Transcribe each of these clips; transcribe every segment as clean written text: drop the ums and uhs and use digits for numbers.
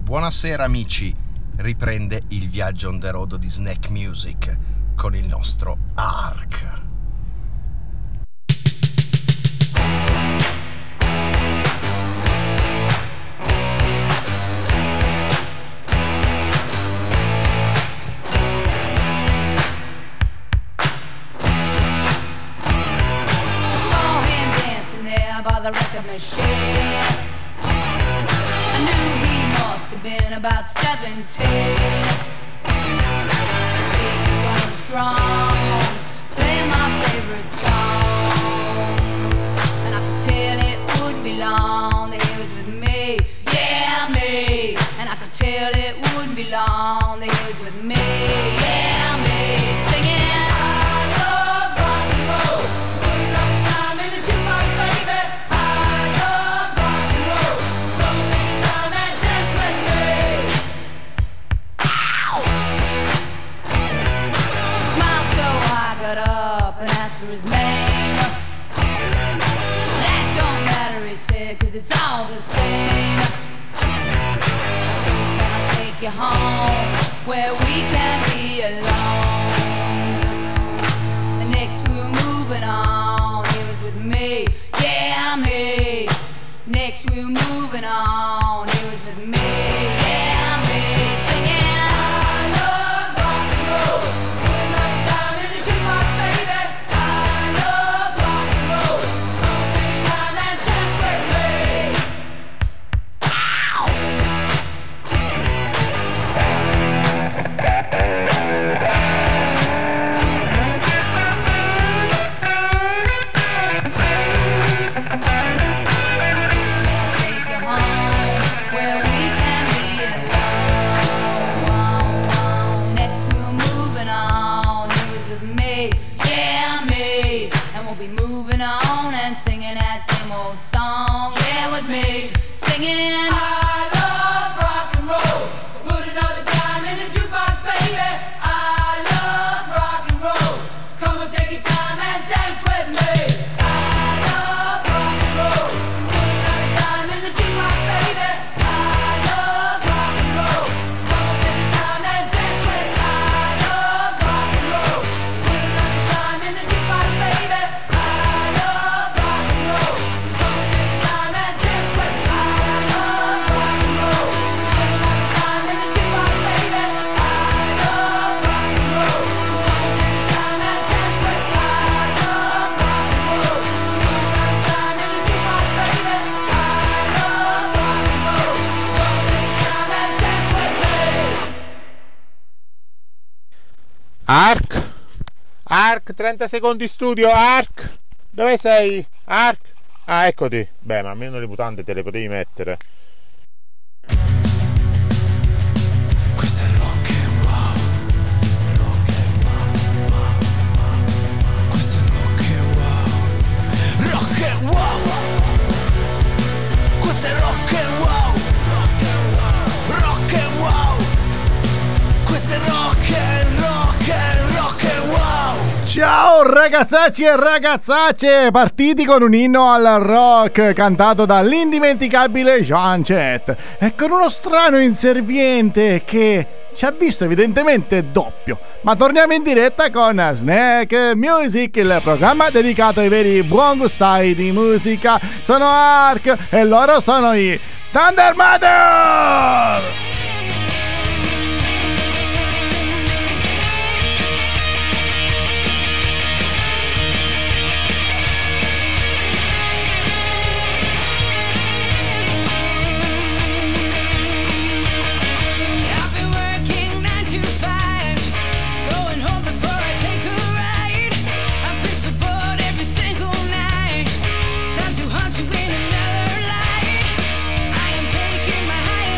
Buonasera amici, riprende il viaggio on the road di Snack Music con il nostro Ark. By the record machine, I knew he must have been about 17. He was going strong, playing my favorite song, and I could tell it wouldn't be long that he was with me, yeah me. And I could tell it wouldn't be long that he was with me, yeah me. Singing. His name. That don't matter, he said, 'cause it's all the same. So can I take you home where we can be alone? The next we were moving on, he was with me, yeah me. Next we were moving on, he was with me, yeah me. Singing. Singing that same old song, yeah, with me, singing. I love rock and roll, so put another dime in the jukebox, baby. I love rock and roll, so come and take your time and dance with me. I love rock and roll, so put another dime in the jukebox, baby. I love rock and roll, so come and take your time and dance with me. I love rock and roll, so put another dime in the jukebox, baby. Ark, 30 secondi studio, Ark, dove sei? Ark? Ah, eccoti. Beh, ma almeno le mutande te le potevi mettere. Questo è rock and wow. Questo è rock and wow. Rock and wow. Questo è rock and wow. Rock and wow. Questo è rock and rock and rock and wow. Ciao ragazzacci e ragazzacce, partiti con un inno al rock cantato dall'indimenticabile Joan Jett e con uno strano inserviente che ci ha visto evidentemente doppio. Ma torniamo in diretta con Snack Music, il programma dedicato ai veri buon gustai di musica. Sono Ark e loro sono i Thunder Mother! Time to hunt you in another light. I am taking my high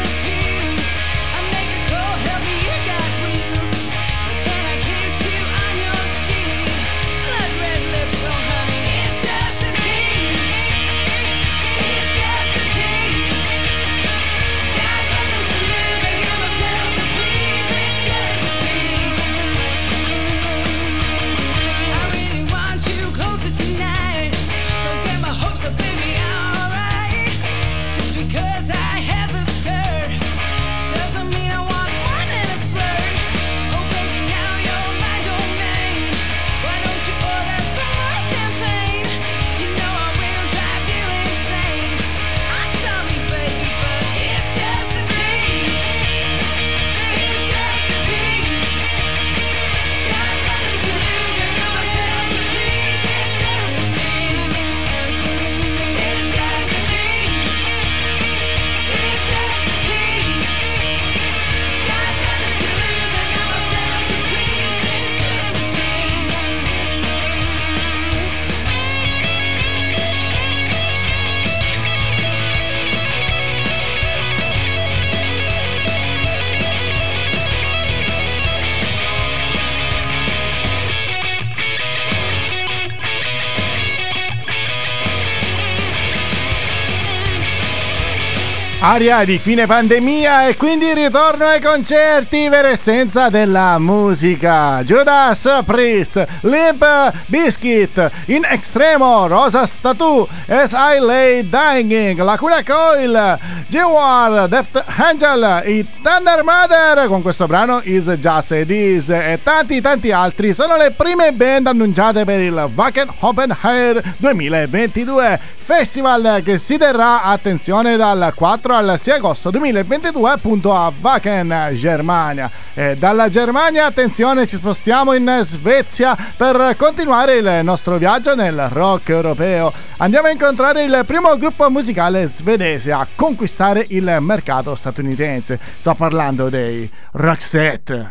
Aria di fine pandemia e quindi ritorno ai concerti, vera essenza della musica. Judas Priest, Limp Bizkit, In Extremo, Rosa Tattoo, As I Lay Dying, Lacuna Coil, G-War, Deft Angel, i Thunder Mother con questo brano Is Just It Is e tanti altri sono le prime band annunciate per il Wacken Open Air 2022, festival che si terrà, attenzione, dal 4 al 6 agosto 2022 appunto a Wacken, Germania. E dalla Germania, attenzione, ci spostiamo in Svezia per continuare il nostro viaggio nel rock europeo. Andiamo a incontrare il primo gruppo musicale svedese a conquistare il mercato statunitense. Sto parlando dei Roxette.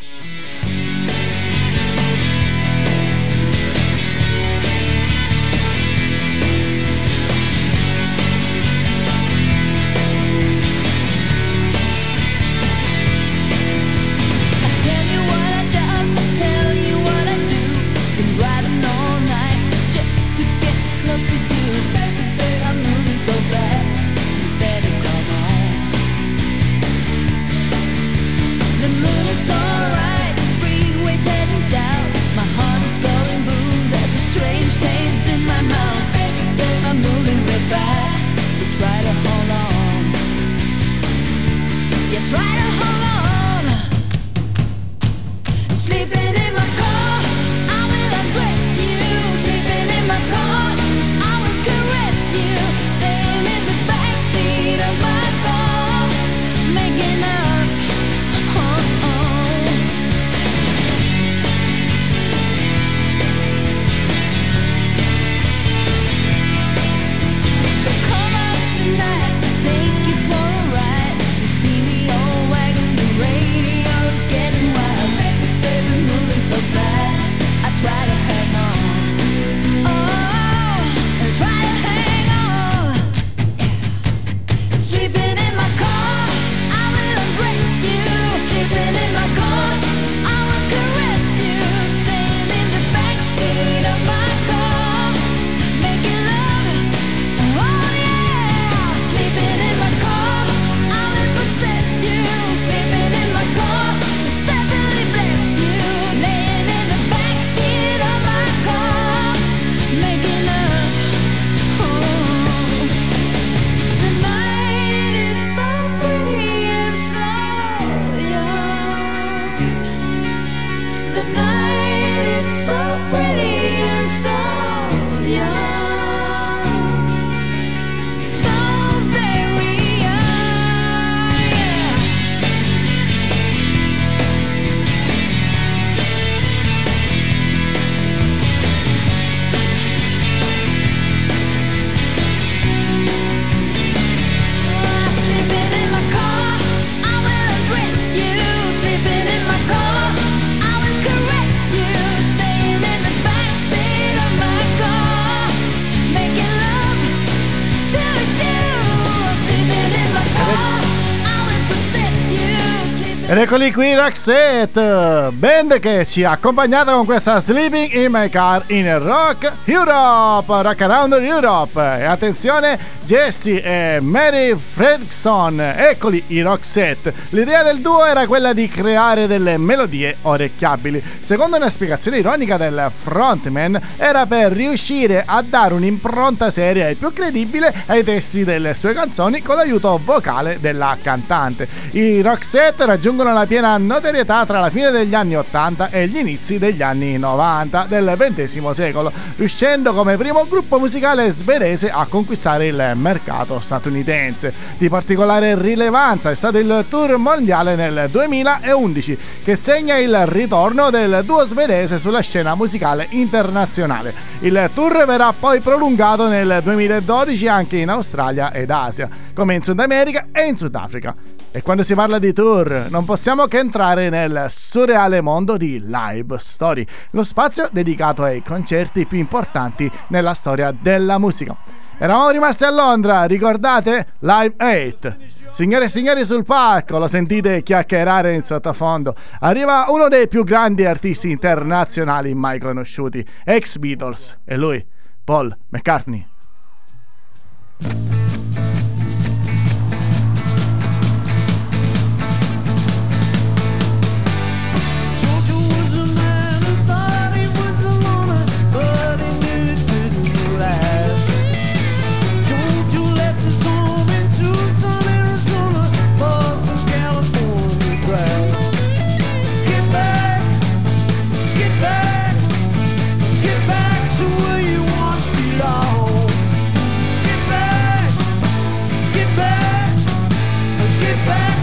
Ed eccoli qui, Roxette, band che ci ha accompagnato con questa Sleeping in My Car in Rock Europe, Rock Around Europe. E attenzione, Jesse e Mary Fredrickson, eccoli i Roxette. L'idea del duo era quella di creare delle melodie orecchiabili. Secondo una spiegazione ironica del frontman, era per riuscire a dare un'impronta seria e più credibile ai testi delle sue canzoni con l'aiuto vocale della cantante. I Roxette raggiungono la piena notorietà tra la fine degli anni 80 e gli inizi degli anni 90 del XX secolo, riuscendo come primo gruppo musicale svedese a conquistare il mercato statunitense. Di particolare rilevanza è stato il tour mondiale nel 2011, che segna il ritorno del duo svedese sulla scena musicale internazionale. Il tour verrà poi prolungato nel 2012 anche in Australia ed Asia, come in Sud America e in Sudafrica. E quando si parla di tour non possiamo che entrare nel surreale mondo di Live Story, lo spazio dedicato ai concerti più importanti nella storia della musica. Eravamo rimasti a Londra, ricordate? Live 8. Signore e signori, sul palco, lo sentite chiacchierare in sottofondo, arriva uno dei più grandi artisti internazionali mai conosciuti, ex Beatles, e lui, Paul McCartney.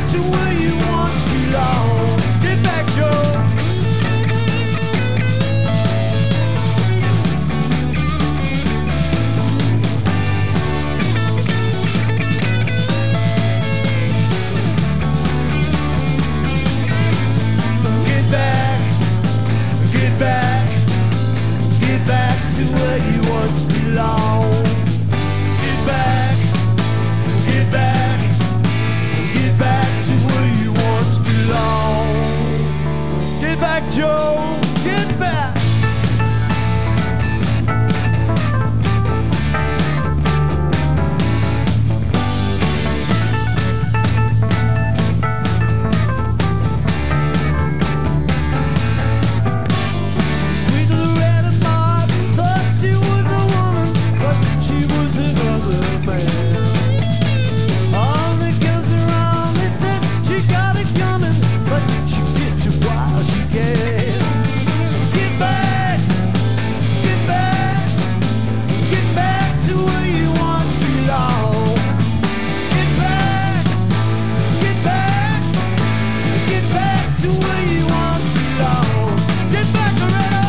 to where you once belonged. Get back, Joe. Get back, get back, get back to where you once belonged. Get back, get back, get back to where you once belonged. Get back, Joe, get back. Sweet Loretta Martin thought she was a woman, but she was another man. All the girls around, they said she got it coming, but she get you while she can. So get back, get back, get back to where you once belonged. Get back, get back, get back to where you once belonged. Get back, Loretta.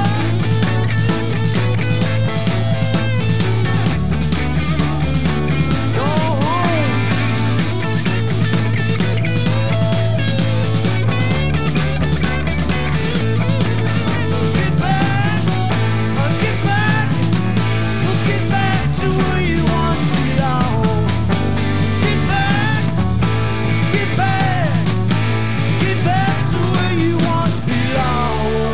Go home. Get back, get back, get back to where you once belonged. Get back, get back, get back to where you once belonged.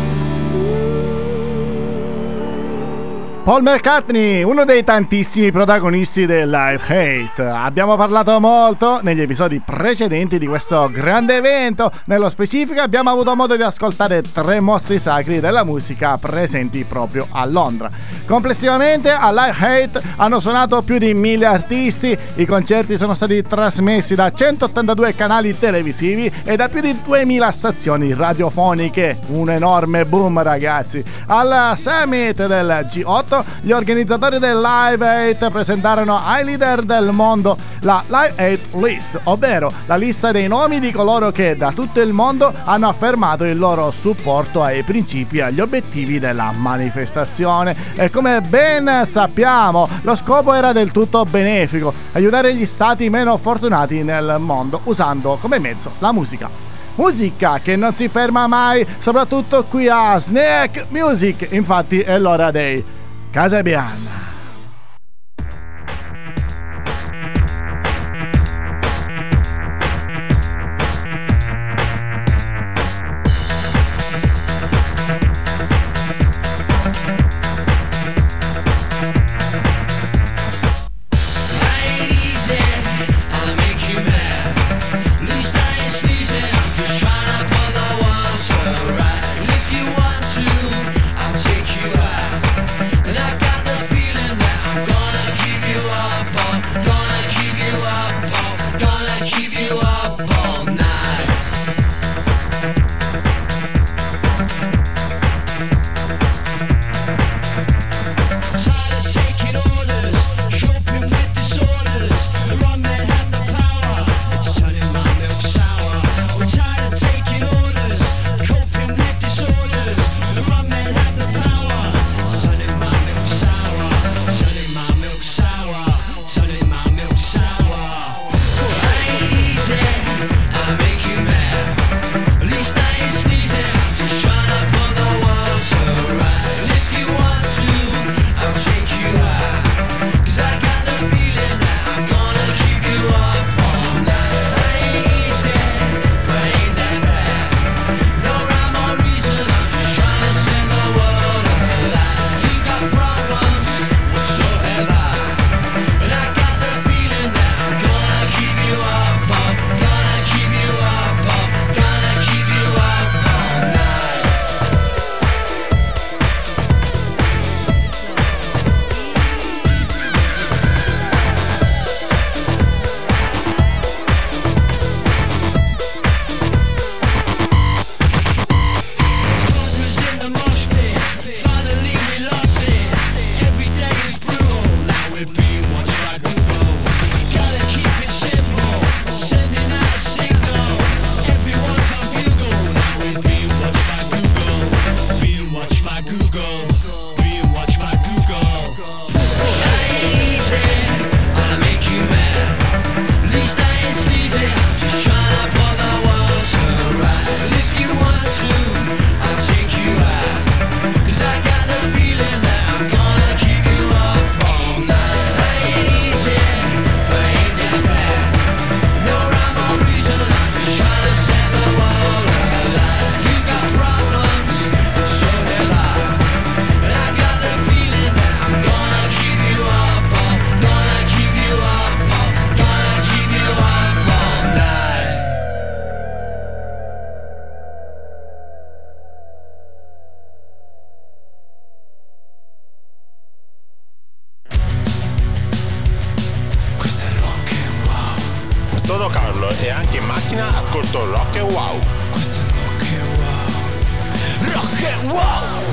Paul McCartney, uno dei tantissimi protagonisti del Live Hate. Abbiamo parlato molto negli episodi precedenti di questo grande evento. Nello specifico abbiamo avuto modo di ascoltare 3 mostri sacri della musica presenti proprio a Londra. Complessivamente al Live Hate hanno suonato più di 1000 artisti. I concerti sono stati trasmessi da 182 canali televisivi e da più di 2000 stazioni radiofoniche. Un enorme boom, ragazzi. Al summit del G8 gli organizzatori del Live Hate presentarono ai leader del mondo la Live Hate List, ovvero la lista dei nomi di coloro che da tutto il mondo hanno affermato il loro supporto ai principi e agli obiettivi della manifestazione. E come ben sappiamo, lo scopo era del tutto benefico: aiutare gli stati meno fortunati nel mondo usando come mezzo la musica. Musica che non si ferma mai, soprattutto qui a Snack Music. Infatti è l'ora dei Casabianna. Feeling sono Carlo e anche in macchina ascolto Rock and Wow. Questo è Rock and Wow. Rock and Wow.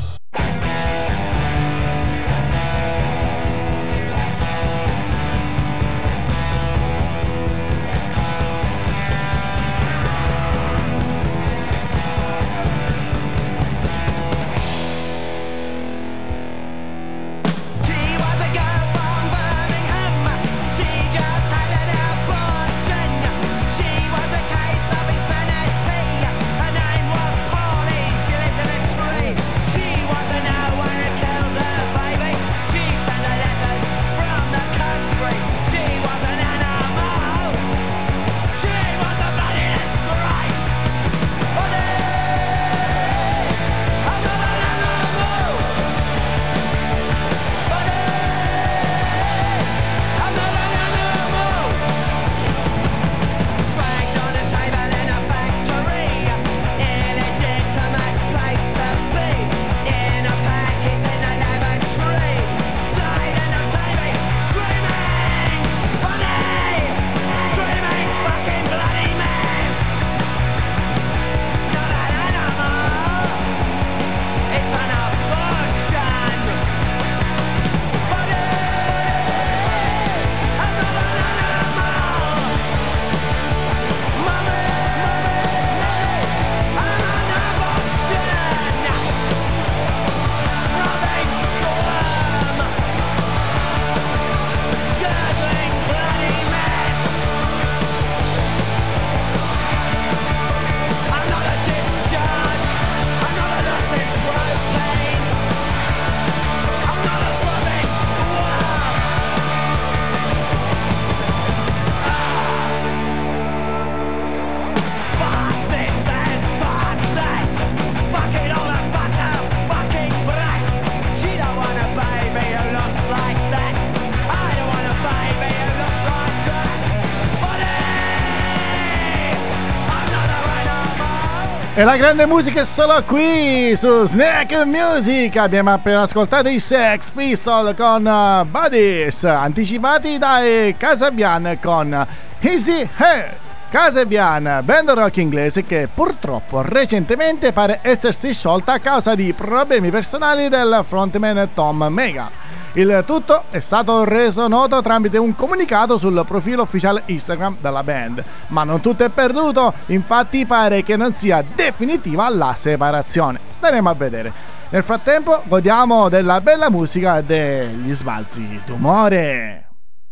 E la grande musica è solo qui su Snack Music. Abbiamo appena ascoltato i Sex Pistols con Buddies, anticipati dai Kasabian con Easy Head. Kasabian, band rock inglese che purtroppo recentemente pare essersi sciolta a causa di problemi personali del frontman Tom Mega. Il tutto è stato reso noto tramite un comunicato sul profilo ufficiale Instagram della band. Ma non tutto è perduto, infatti pare che non sia definitiva la separazione. Staremo a vedere. Nel frattempo godiamo della bella musica degli sbalzi d'umore.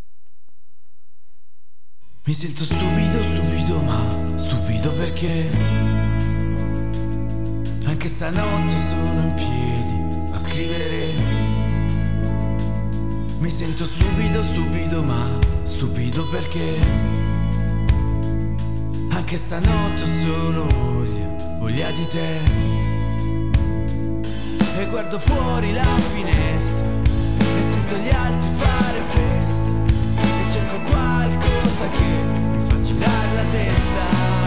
Mi sento stupido, ma stupido perché anche stanotte sono in piedi a scrivere. Mi sento stupido, ma stupido perché anche stanotte ho solo voglia di te. E guardo fuori la finestra e sento gli altri fare festa e cerco qualcosa che mi fa girare la testa.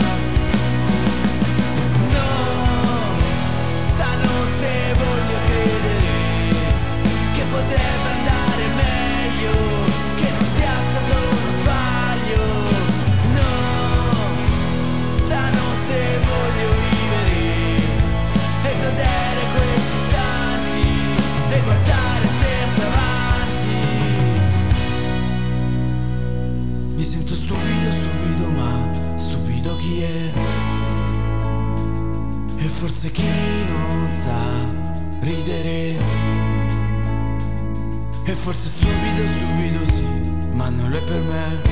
No, stanotte voglio credere che potrebbe andare meglio, che non sia stato uno sbaglio. No, stanotte voglio vivere e godere questi istanti e guardare sempre avanti. Mi sento stupido, ma stupido chi è? E forse chi non sa ridere. E forse stupido sì, ma non lo è per me.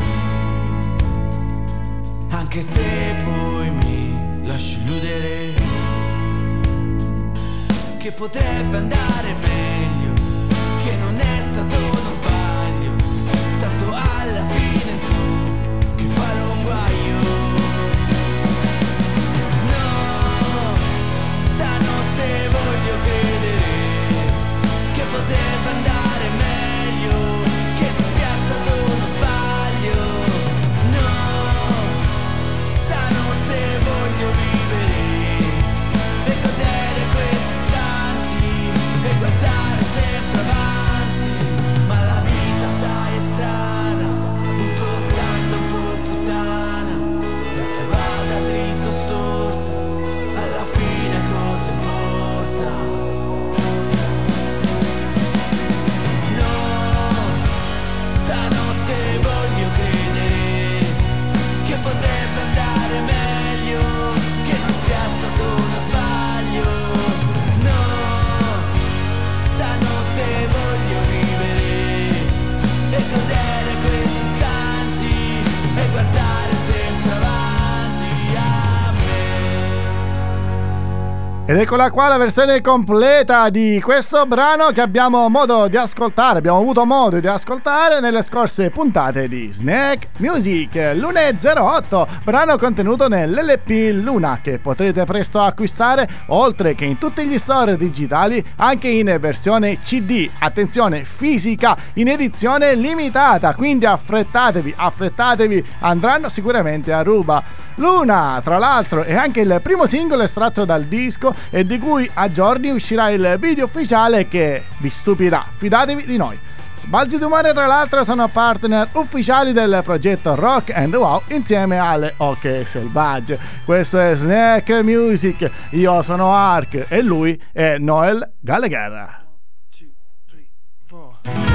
Anche se poi mi lascio illudere che potrebbe andare meglio, che non è stato uno sbaglio, tanto alla fine so che farò un guaio. No, stanotte voglio credere che potrebbe andare meglio, che non sia stato uno sbaglio. No, stanotte voglio vivere e godere questi istanti e guardare sempre avanti. Ma Ed eccola qua la versione completa di questo brano che abbiamo avuto modo di ascoltare nelle scorse puntate di Snack Music. Luna 08, brano contenuto nell'LP Luna, che potrete presto acquistare, oltre che in tutti gli store digitali, anche in versione CD. Attenzione, fisica, in edizione limitata, quindi affrettatevi, andranno sicuramente a ruba. Luna, tra l'altro, è anche il primo singolo estratto dal disco e di cui a giorni uscirà il video ufficiale che vi stupirà, fidatevi di noi. Sbalzi d'umore, tra l'altro, sono partner ufficiali del progetto Rock and Wow insieme alle Oche Selvagge. Questo è Snack Music, io sono Ark e lui è Noel Gallagher. 1, 2, 3, 4.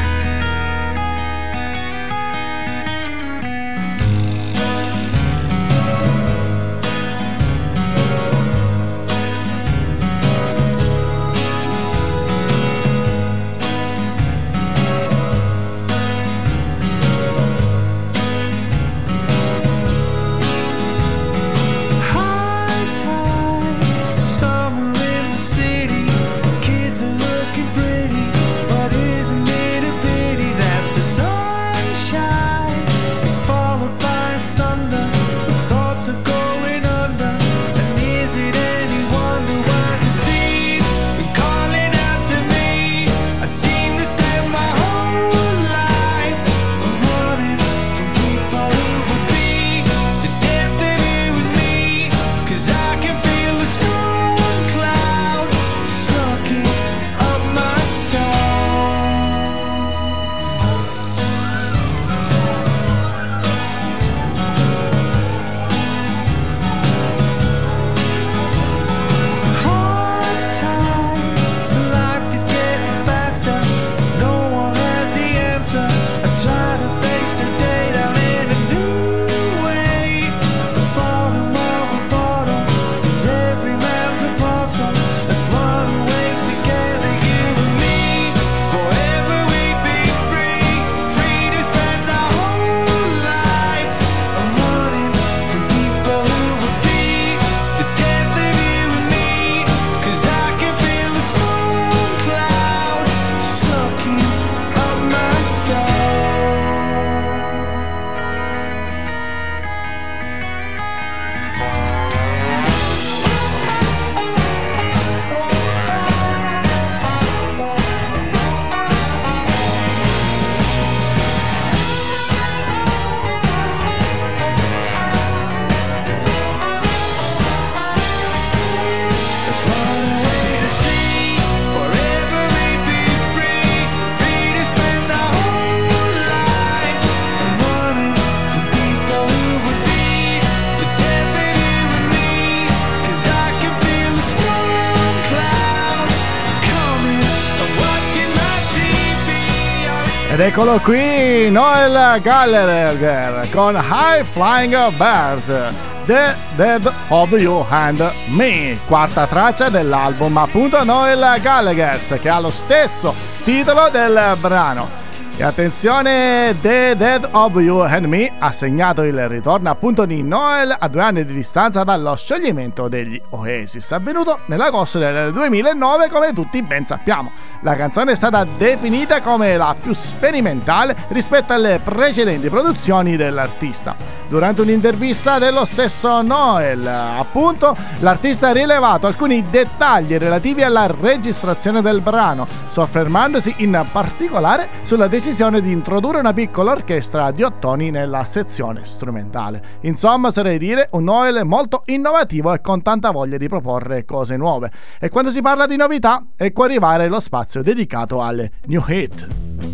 Ed eccolo qui, Noel Gallagher con High Flying Birds, The Dead of You and Me, quarta traccia dell'album appunto Noel Gallagher, che ha lo stesso titolo del brano. E attenzione, The Dead of You and Me ha segnato il ritorno appunto di Noel a 2 anni di distanza dallo scioglimento degli Oasis, avvenuto nell'agosto del 2009, come tutti ben sappiamo. La canzone è stata definita come la più sperimentale rispetto alle precedenti produzioni dell'artista. Durante un'intervista dello stesso Noel, appunto, l'artista ha rilevato alcuni dettagli relativi alla registrazione del brano, soffermandosi in particolare sulla decisione di introdurre una piccola orchestra a dio toni nella sezione strumentale. Insomma, oserei dire un Noel molto innovativo e con tanta voglia di proporre cose nuove. E quando si parla di novità, ecco arrivare lo spazio dedicato alle new hit.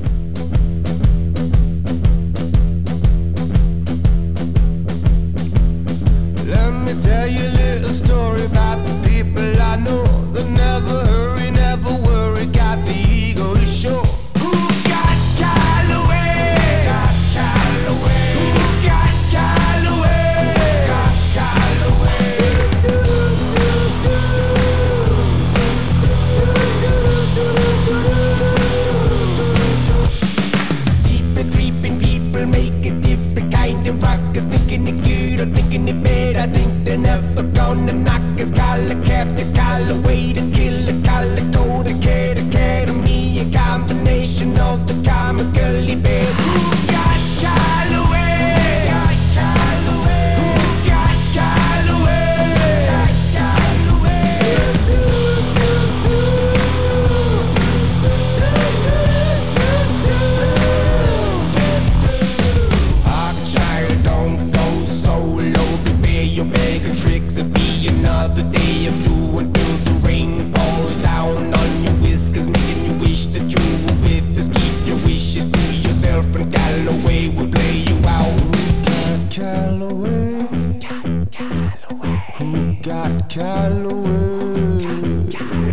Let me tell you a little story about the people I know that never hurry, never worry, got the ego to show. Who got Callaway? Got Callaway. Who got Callaway? Got Callaway. Calloway? Who got Calloway?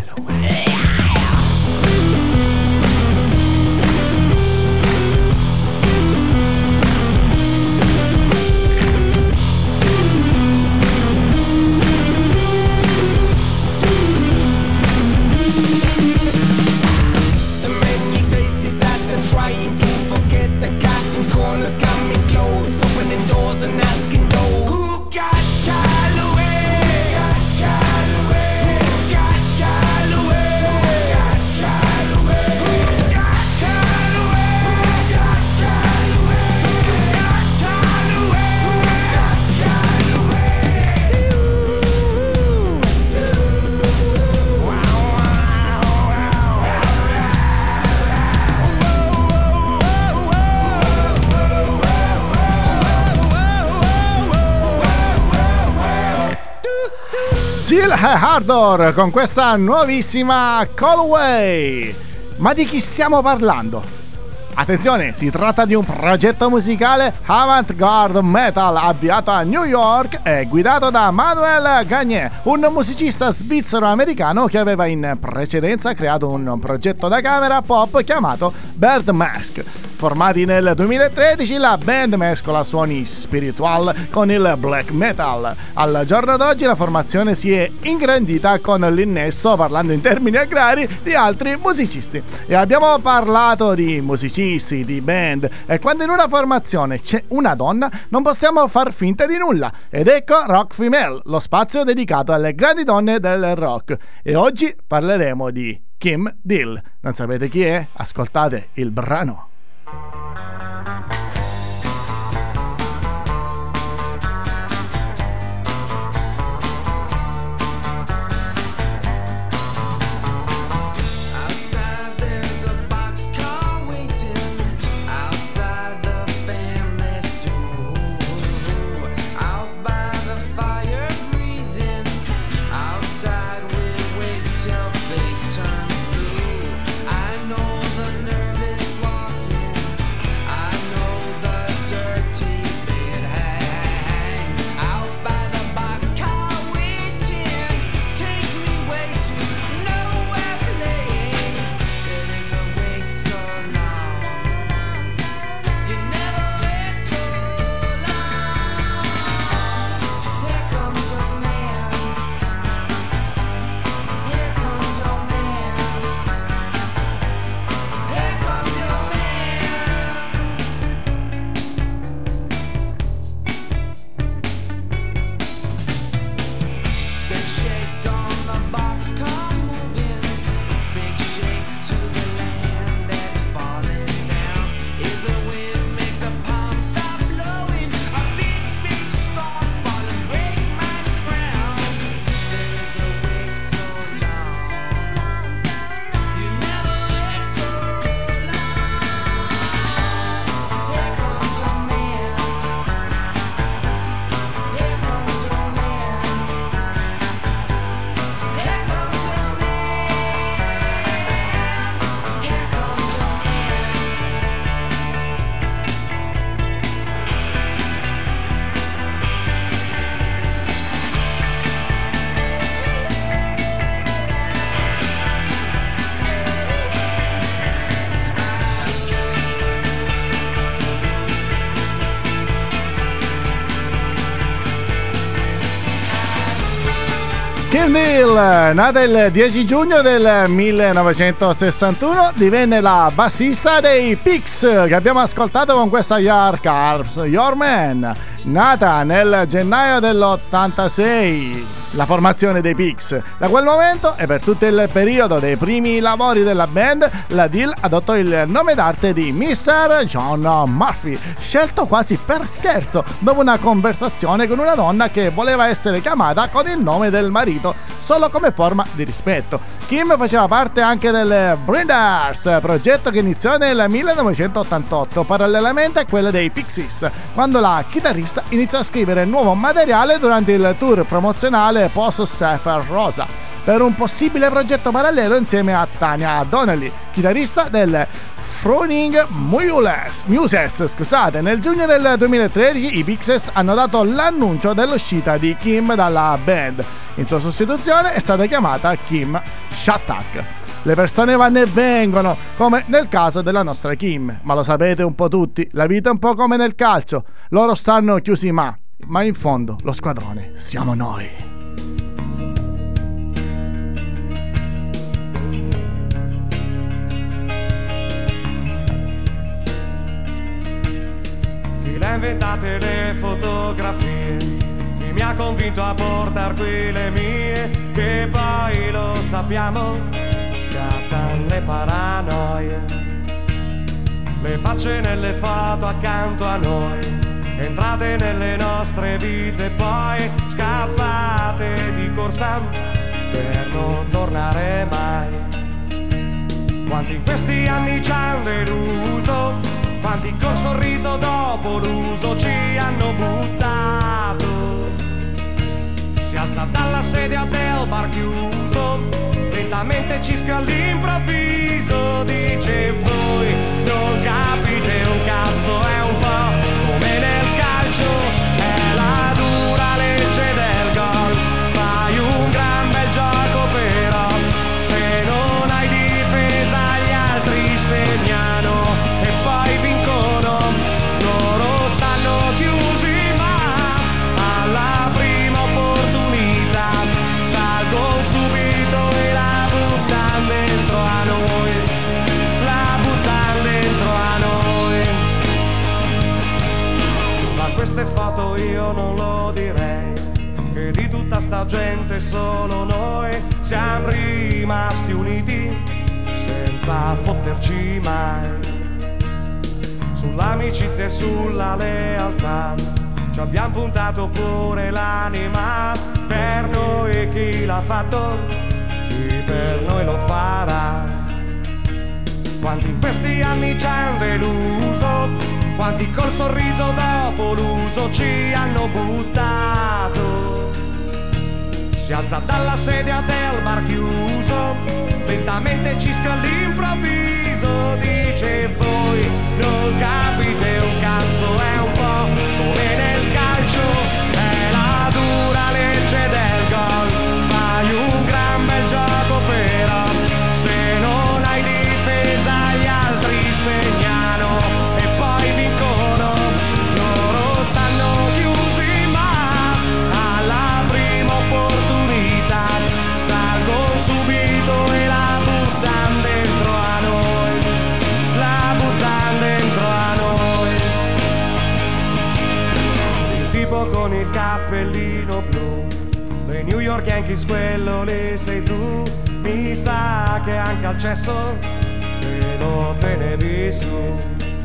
The many faces that are trying to forget the cutting corners, coming close, opening doors and asking those who got Calloway? Got Calloway? Who got Calloway? Got Calloway? Who got Calloway? Got Calloway? Got Calloway? Got Calloway? Wow, Jill Ardor con questa nuovissima Calloway. Ma di chi stiamo parlando? Attenzione, si tratta di un progetto musicale avant-garde metal avviato a New York e guidato da Manuel Gagné, un musicista svizzero-americano che aveva in precedenza creato un progetto da camera pop chiamato Bird Mask. Formati nel 2013, la band mescola suoni spiritual con il black metal. Al giorno d'oggi la formazione si è ingrandita con l'innesso, parlando in termini agrari, di altri musicisti. E abbiamo parlato di musicisti, di band, e quando in una formazione c'è una donna non possiamo far finta di nulla. Ed ecco Rock Female, lo spazio dedicato alle grandi donne del rock. E oggi parleremo di Kim Deal. Non sapete chi è? Ascoltate il brano. outside there's a boxcar waiting outside the family store. Out by the fire breathing. Outside we wait till face turns blue. I know the nervous walking. I know the dirty bed hangs. Out by the boxcar waiting. Take me way to nowhere place. It is a wait so long. You never wait so long. Here comes a man. Here comes a man. Here comes your man. Big shake on the boxcar moving. Big shake to the land that's falling down. Is a wind makes a palm stop blowing. A big storm falling break my crown. There's a wait so long. You never wait so long. Here comes a man. Here comes a man. Here comes a man. Here comes a man. Kim Deal, nata il 10 giugno del 1961, divenne la bassista dei Pigs, che abbiamo ascoltato con questa Your Cars, Your Man. Nata nel gennaio dell'86, la formazione dei Pigs. Da quel momento e per tutto il periodo dei primi lavori della band, la Deal adottò il nome d'arte di Mr. John Murphy, scelto quasi per scherzo dopo una conversazione con una donna che voleva essere chiamata con il nome del marito solo come forma di rispetto. Kim faceva parte anche del Breeders, progetto che iniziò nel 1988 parallelamente a quello dei Pixies, quando la chitarrista iniziò a scrivere nuovo materiale durante il tour promozionale post Sapphire Rosa. per un possibile progetto parallelo insieme a Tanya Donnelly, chitarrista del Froning Muses. Scusate, nel giugno del 2013 i Pixies hanno dato l'annuncio dell'uscita di Kim dalla band. In sua sostituzione è stata chiamata Kim Shattuck. Le persone vanno e vengono, come nel caso della nostra Kim, ma lo sapete un po' tutti, la vita è un po' come nel calcio, loro stanno chiusi ma in fondo lo squadrone siamo noi. Chi le ha inventate le fotografie, chi mi ha convinto a portar qui le mie, che poi lo sappiamo, scattano le paranoie, le facce nelle foto accanto a noi, entrate nelle nostre vite, poi scappate di corsa per non tornare mai. Quanti in questi anni ci hanno deluso, quanti col sorriso dopo l'uso ci hanno buttato. Si alza dalla sedia del bar chiuso, lentamente cischia all'improvviso, dice voi non capite un cazzo, è un po' come nel calcio, è la dura legge del gol, fai un gran bel gioco però, se non hai difesa gli altri segnano e poi vincono, loro stanno chiusi ma alla prima opportunità salgono subito e la buttano dentro a noi, la buttano dentro a noi. Ma queste foto io non lo direi, che di tutta sta gente solo noi siamo rimasti uniti senza fotterci mai. Sull'amicizia e sulla lealtà ci abbiamo puntato pure l'anima, per noi chi l'ha fatto, chi per noi lo farà. Quanti in questi anni ci hanno deluso, quanti col sorriso dopo l'uso ci hanno buttato. Si alza dalla sedia del bar chiuso, lentamente cischia all'improvviso, dice voi non capite un cazzo, è un po' come nel calcio, è la dura legge del gol, fai un gran bel gioco però, se non hai difesa gli altri segnano e poi vincono, loro stanno chiusi ma alla prima opportunità salgono subito e la buttano dentro a noi, la buttano dentro a noi. Il tipo con il cappellino blu, dei New York Yankees, quello lì sei tu, mi sa che anche al cesso te lo tenevi su.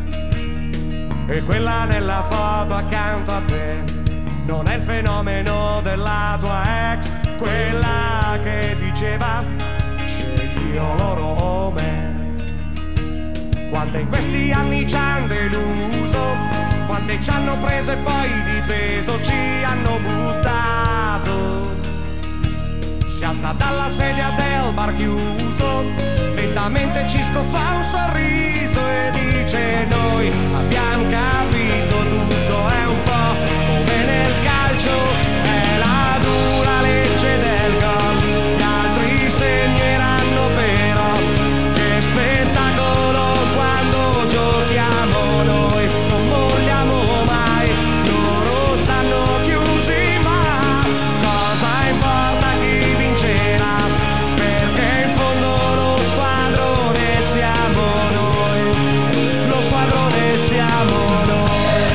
E quella nella foto accanto a te non è il fenomeno della tua ex, quella che diceva scegli io loro o me. Quante in questi anni ci hanno deluso, quante ci hanno preso e poi di peso ci hanno buttato. Si alza dalla sedia del bar chiuso, lentamente Cisco fa un sorriso e dice noi abbiamo capito tutto, è un po' come nel calcio, è la dura legge del gol, gli altri segneranno però, che spettacolo quando giochiamo noi, non vogliamo mai, loro stanno chiusi ma cosa importa chi vincerà, perché in fondo lo squadrone siamo noi, lo squadrone siamo noi.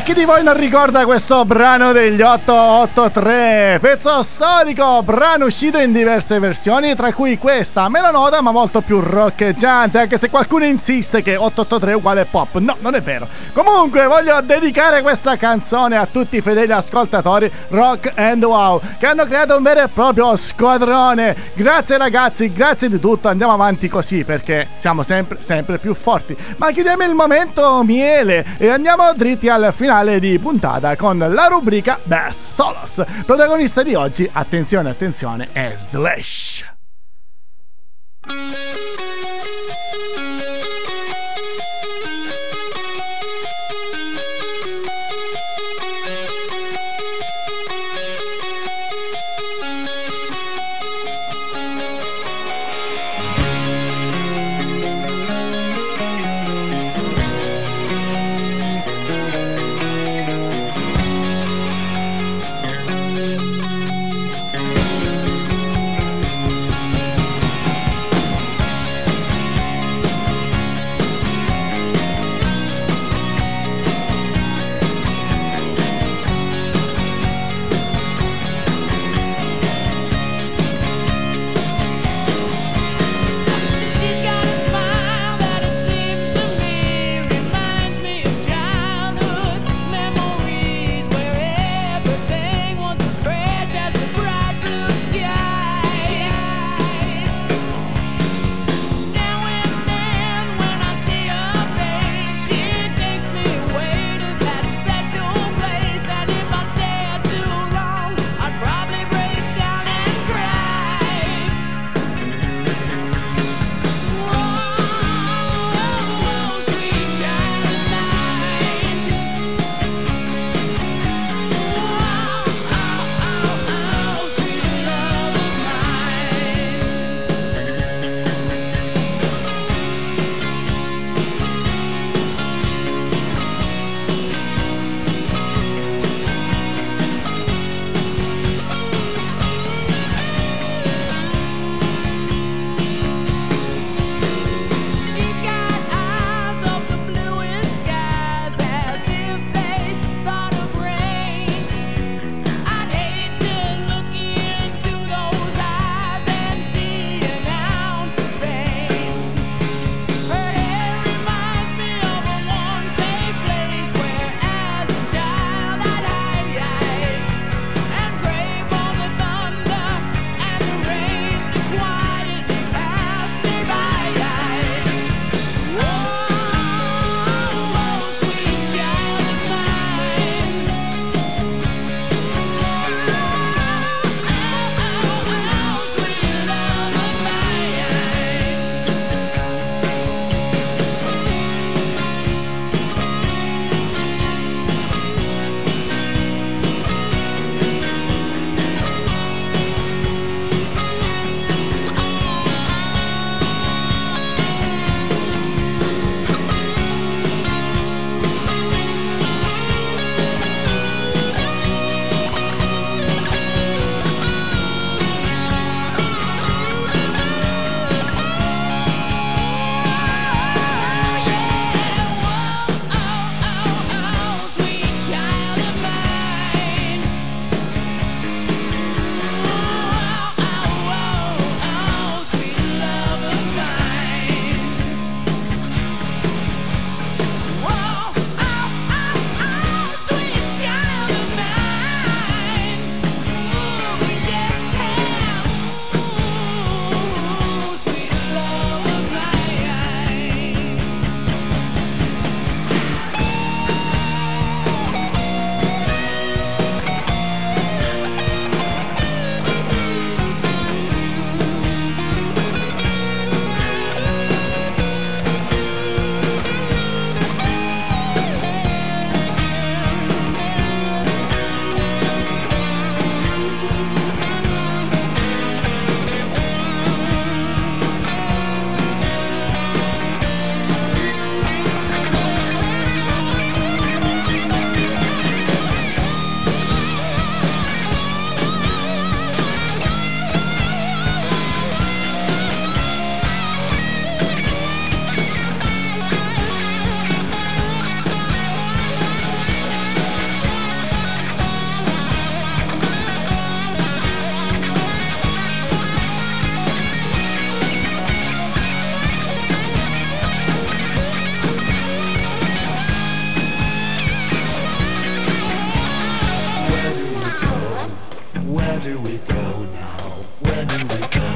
chi di voi non ricorda questo brano degli 883? Pezzo storico, brano uscito in diverse versioni, tra cui questa, meno nota ma molto più roccheggiante, anche se qualcuno insiste che 883 è uguale pop. No, non è vero. Comunque voglio dedicare questa canzone a tutti i fedeli ascoltatori rock and wow, che hanno creato un vero e proprio squadrone. Grazie ragazzi, grazie di tutto, andiamo avanti così perché siamo sempre più forti. Ma chiudiamo il momento miele e andiamo dritti al finale di puntata con la rubrica Best Solos. Protagonista di oggi, attenzione, è Slash. Where do we go now? Where do we go?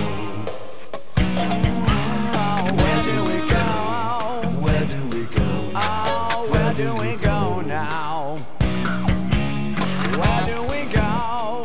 Where do we go? Where do we go? Where do we go now? Where do we go?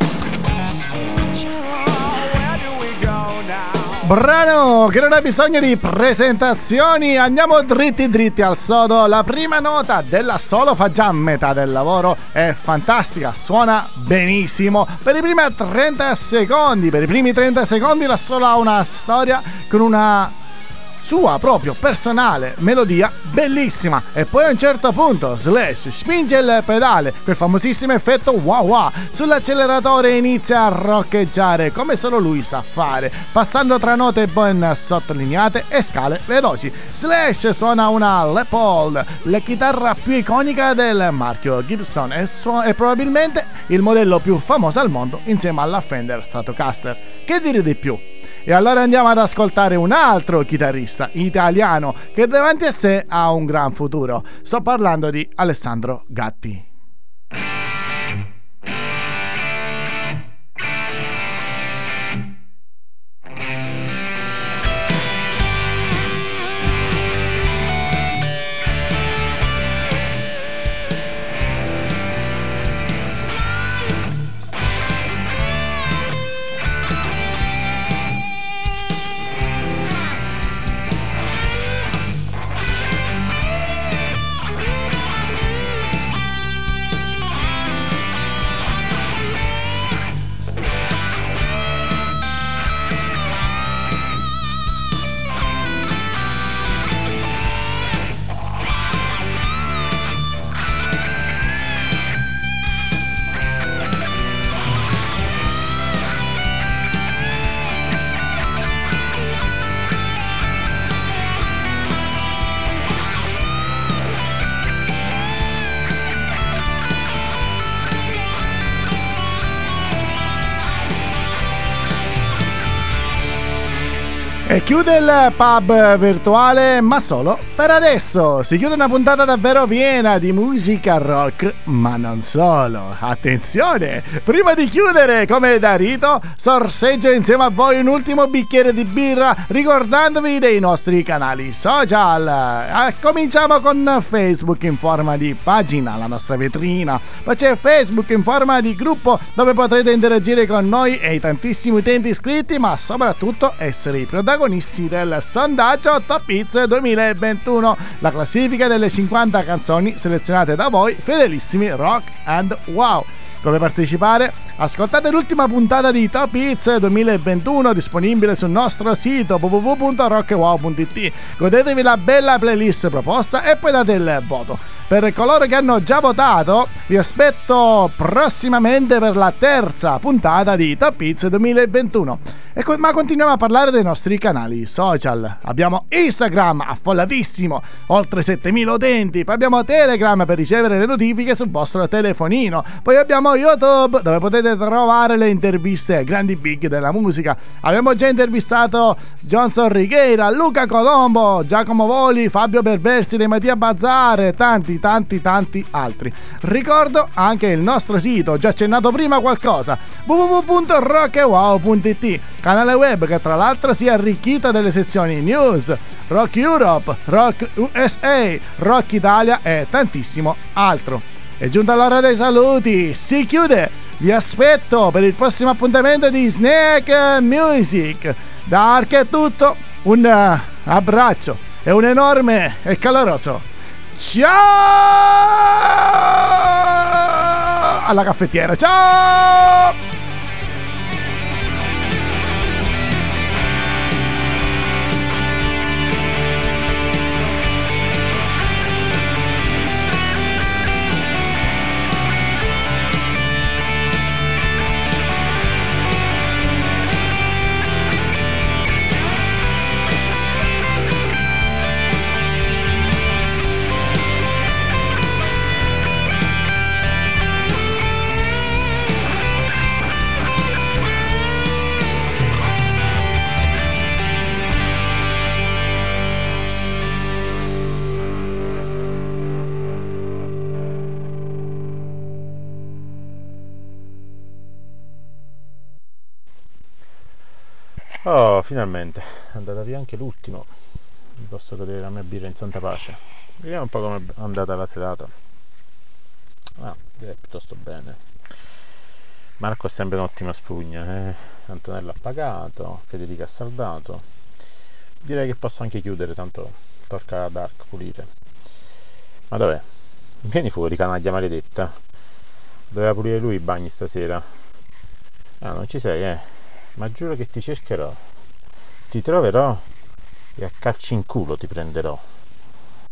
Where do we go now? Brano che non ha bisogno di presentazioni, andiamo dritti al sodo. La prima nota della solo fa già metà del lavoro, è fantastica, suona benissimo. Per i primi 30 secondi la solo ha una storia con una sua proprio personale melodia bellissima, e poi a un certo punto Slash spinge il pedale, quel famosissimo effetto wow wow sull'acceleratore, e inizia a roccheggiare come solo lui sa fare, passando tra note ben sottolineate e scale veloci. Slash suona una Les Paul, la chitarra più iconica del marchio Gibson, e probabilmente il modello più famoso al mondo insieme alla Fender Stratocaster. Che dire di più? E allora andiamo ad ascoltare un altro chitarrista italiano che davanti a sé ha un gran futuro. Sto parlando di Alessandro Gatti. E chiude il pub virtuale, ma solo per adesso. Si chiude una puntata davvero piena di musica rock, ma non solo. Attenzione, prima di chiudere, come da rito, sorseggio insieme a voi un ultimo bicchiere di birra, ricordandovi dei nostri canali social. Cominciamo con Facebook in forma di pagina, la nostra vetrina. Poi c'è Facebook in forma di gruppo, dove potrete interagire con noi e i tantissimi utenti iscritti, ma soprattutto essere i protagonisti del sondaggio Top Hits 2021, la classifica delle 50 canzoni selezionate da voi fedelissimi rock and wow. Come partecipare? Ascoltate l'ultima puntata di Top Hits 2021 disponibile sul nostro sito www.rockwow.it. Godetevi la bella playlist proposta e poi date il voto. Per coloro che hanno già votato, vi aspetto prossimamente per la terza puntata di Top Hits 2021. Ma continuiamo a parlare dei nostri canali social. Abbiamo Instagram, affollatissimo, oltre 7.000 utenti. Poi abbiamo Telegram per ricevere le notifiche sul vostro telefonino. Poi abbiamo YouTube, dove potete trovare le interviste ai grandi big della musica. Abbiamo già intervistato Johnson Righeira, Luca Colombo, Giacomo Voli, Fabio Perversi dei Mattia Bazzar, tanti altri. Ricordo anche il nostro sito, ho già accennato prima qualcosa, www.rockwow.it, canale web che tra l'altro si è arricchito delle sezioni News, Rock Europe, Rock USA, Rock Italia e tantissimo altro. È giunta l'ora dei saluti, si chiude, vi aspetto per il prossimo appuntamento di Snack Music. Da Ark è tutto, un abbraccio e un enorme e caloroso ciao alla caffettiera, ciao! Oh, finalmente è andata via anche l'ultimo. Mi posso godere la mia birra in santa pace. Vediamo un po' come è andata la serata. Direi piuttosto bene. Marco è sempre un'ottima spugna, Antonella ha pagato, Federica ha saldato. Direi che posso anche chiudere, tanto tocca ad Ark pulire. Ma dov'è? Vieni fuori, canaglia maledetta. Doveva pulire lui i bagni stasera. Non ci sei, ma giuro che ti cercherò, ti troverò e a calci in culo ti prenderò.